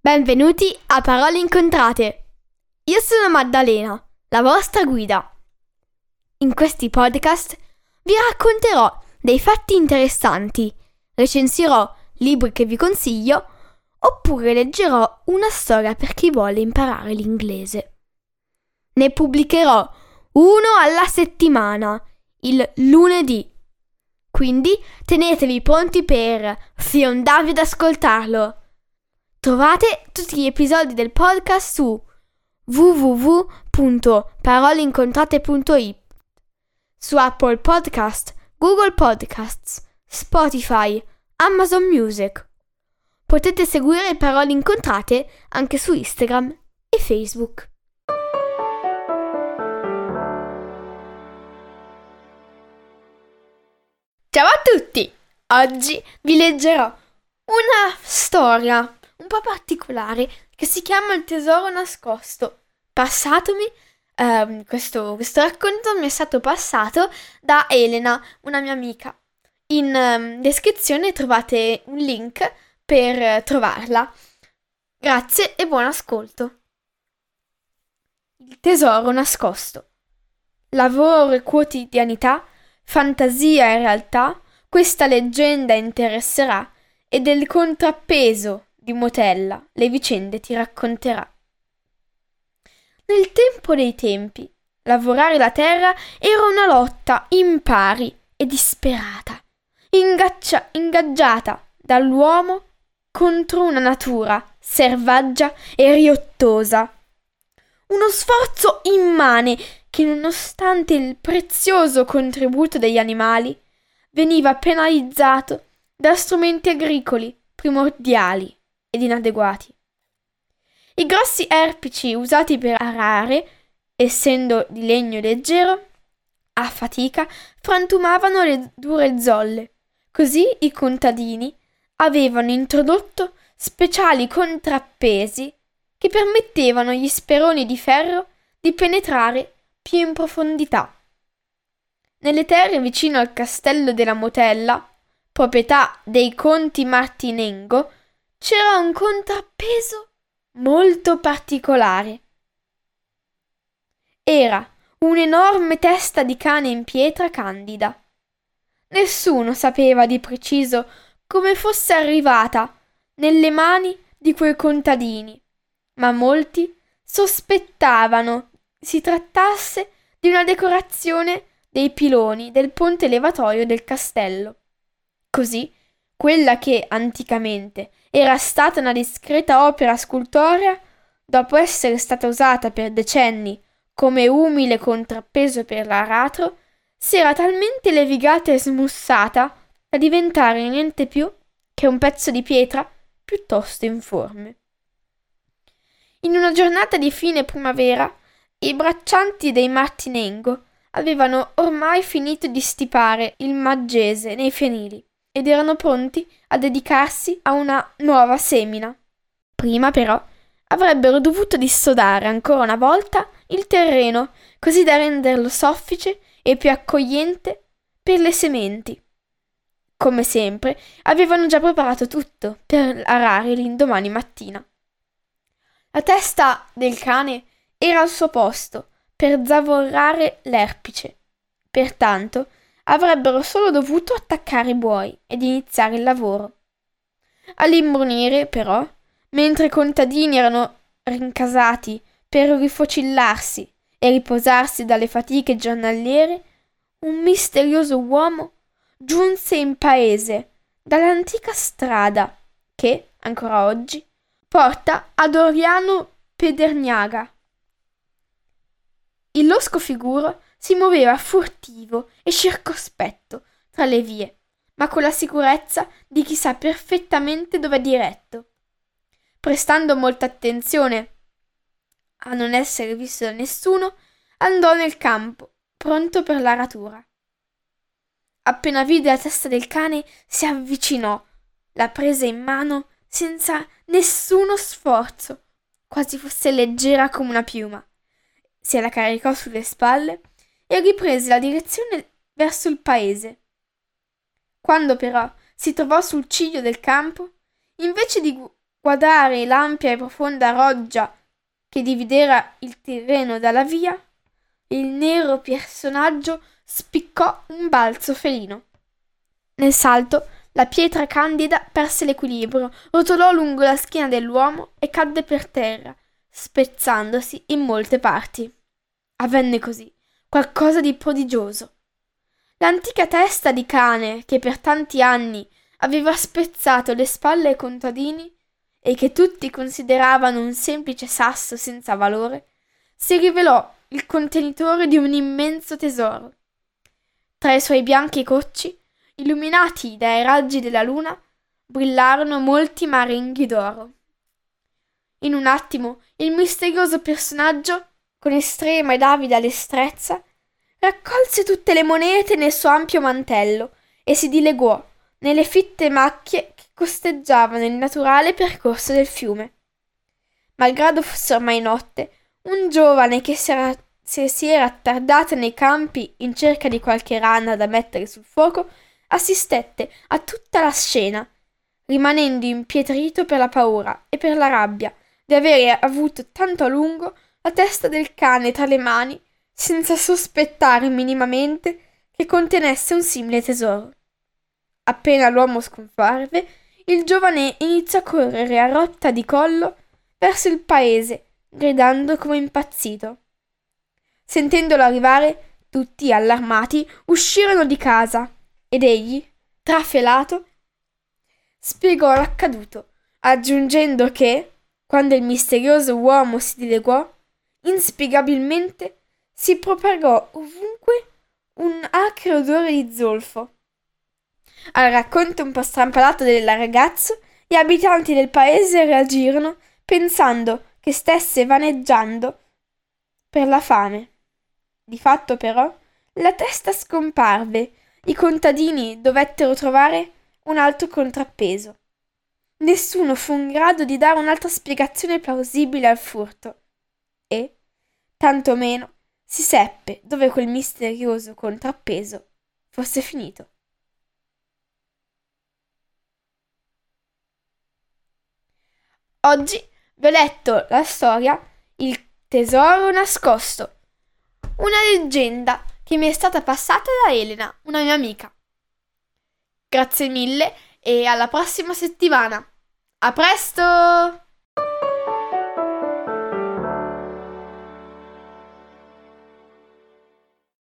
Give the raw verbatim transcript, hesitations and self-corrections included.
Benvenuti a Parole Incontrate. Io sono Maddalena, la vostra guida. In questi podcast vi racconterò dei fatti interessanti, recensirò libri che vi consiglio, oppure leggerò una storia per chi vuole imparare l'inglese. Ne pubblicherò uno alla settimana, il lunedì. Quindi tenetevi pronti per fiondarvi ad ascoltarlo. Trovate tutti gli episodi del podcast su w w w punto parole incontrate punto i t, su Apple Podcast, Google Podcasts, Spotify, Amazon Music. Potete seguire Parole Incontrate anche su Instagram e Facebook. Ciao a tutti! Oggi vi leggerò una storia un po' particolare che si chiama Il tesoro nascosto. Passatomi, ehm, questo, questo racconto mi è stato passato da Elena, una mia amica. In ehm, descrizione trovate un link per eh, trovarla. Grazie e buon ascolto. Il tesoro nascosto. Lavoro e quotidianità, fantasia e realtà, questa leggenda interesserà e del contrappeso di Motella le vicende ti racconterà. Nel tempo dei tempi, lavorare la terra era una lotta impari e disperata, ingaccia- ingaggiata dall'uomo contro una natura selvaggia e riottosa. Uno sforzo immane che, nonostante il prezioso contributo degli animali, veniva penalizzato da strumenti agricoli primordiali ed inadeguati. I grossi erpici usati per arare, essendo di legno leggero, a fatica frantumavano le dure zolle. Così i contadini avevano introdotto speciali contrappesi che permettevano agli speroni di ferro di penetrare più in profondità. Nelle terre vicino al castello della Motella, proprietà dei conti Martinengo, c'era un contrappeso molto particolare. Era un'enorme testa di cane in pietra candida. Nessuno sapeva di preciso come fosse arrivata nelle mani di quei contadini, ma molti sospettavano si trattasse di una decorazione dei piloni del ponte levatoio del castello. Così, quella che anticamente era stata una discreta opera scultorea, dopo essere stata usata per decenni come umile contrappeso per l'aratro, si era talmente levigata e smussata da diventare niente più che un pezzo di pietra piuttosto informe. In una giornata di fine primavera, i braccianti dei Martinengo avevano ormai finito di stipare il maggese nei fienili ed erano pronti a dedicarsi a una nuova semina. Prima però avrebbero dovuto dissodare ancora una volta il terreno, così da renderlo soffice e più accogliente per le sementi. Come sempre, avevano già preparato tutto per arare l'indomani mattina. La testa del cane era al suo posto per zavorrare l'erpice. Pertanto avrebbero solo dovuto attaccare i buoi ed iniziare il lavoro. All'imbrunire, però, mentre i contadini erano rincasati per rifocillarsi e riposarsi dalle fatiche giornaliere, un misterioso uomo giunse in paese dall'antica strada che, ancora oggi, porta ad Oriano Pederniaga. Il losco figuro si muoveva furtivo e circospetto tra le vie, ma con la sicurezza di chi sa perfettamente dove è diretto. Prestando molta attenzione a non essere visto da nessuno, andò nel campo, pronto per l'aratura. Appena vide la testa del cane, si avvicinò, la prese in mano senza nessuno sforzo, quasi fosse leggera come una piuma. Se la caricò sulle spalle e riprese la direzione verso il paese. Quando però si trovò sul ciglio del campo, invece di guardare l'ampia e profonda roggia che divideva il terreno dalla via, il nero personaggio spiccò un balzo felino. Nel salto la pietra candida perse l'equilibrio, rotolò lungo la schiena dell'uomo e cadde per terra, spezzandosi in molte parti. Avvenne così qualcosa di prodigioso. L'antica testa di cane che per tanti anni aveva spezzato le spalle ai contadini e che tutti consideravano un semplice sasso senza valore, si rivelò il contenitore di un immenso tesoro. Tra i suoi bianchi cocci, illuminati dai raggi della luna, brillarono molti marenghi d'oro. In un attimo il misterioso personaggio, con estrema ed avida destrezza, raccolse tutte le monete nel suo ampio mantello e si dileguò nelle fitte macchie che costeggiavano il naturale percorso del fiume. Malgrado fosse ormai notte, un giovane che si era, se si era attardato nei campi in cerca di qualche rana da mettere sul fuoco, assistette a tutta la scena, rimanendo impietrito per la paura e per la rabbia di avere avuto tanto a lungo la testa del cane tra le mani, senza sospettare minimamente che contenesse un simile tesoro. Appena l'uomo scomparve, il giovane iniziò a correre a rotta di collo verso il paese, gridando come impazzito. Sentendolo arrivare, tutti allarmati uscirono di casa ed egli, trafelato, spiegò l'accaduto, aggiungendo che, quando il misterioso uomo si dileguò, inspiegabilmente si propagò ovunque un acre odore di zolfo. Al racconto un po' strampalato del ragazzo, gli abitanti del paese reagirono pensando che stesse vaneggiando per la fame. Di fatto, però, la testa scomparve. I contadini dovettero trovare un altro contrappeso. Nessuno fu in grado di dare un'altra spiegazione plausibile al furto e, tantomeno, si seppe dove quel misterioso contrappeso fosse finito. Oggi vi ho letto la storia Il tesoro nascosto, una leggenda che mi è stata passata da Elena, una mia amica. Grazie mille e alla prossima settimana. A presto!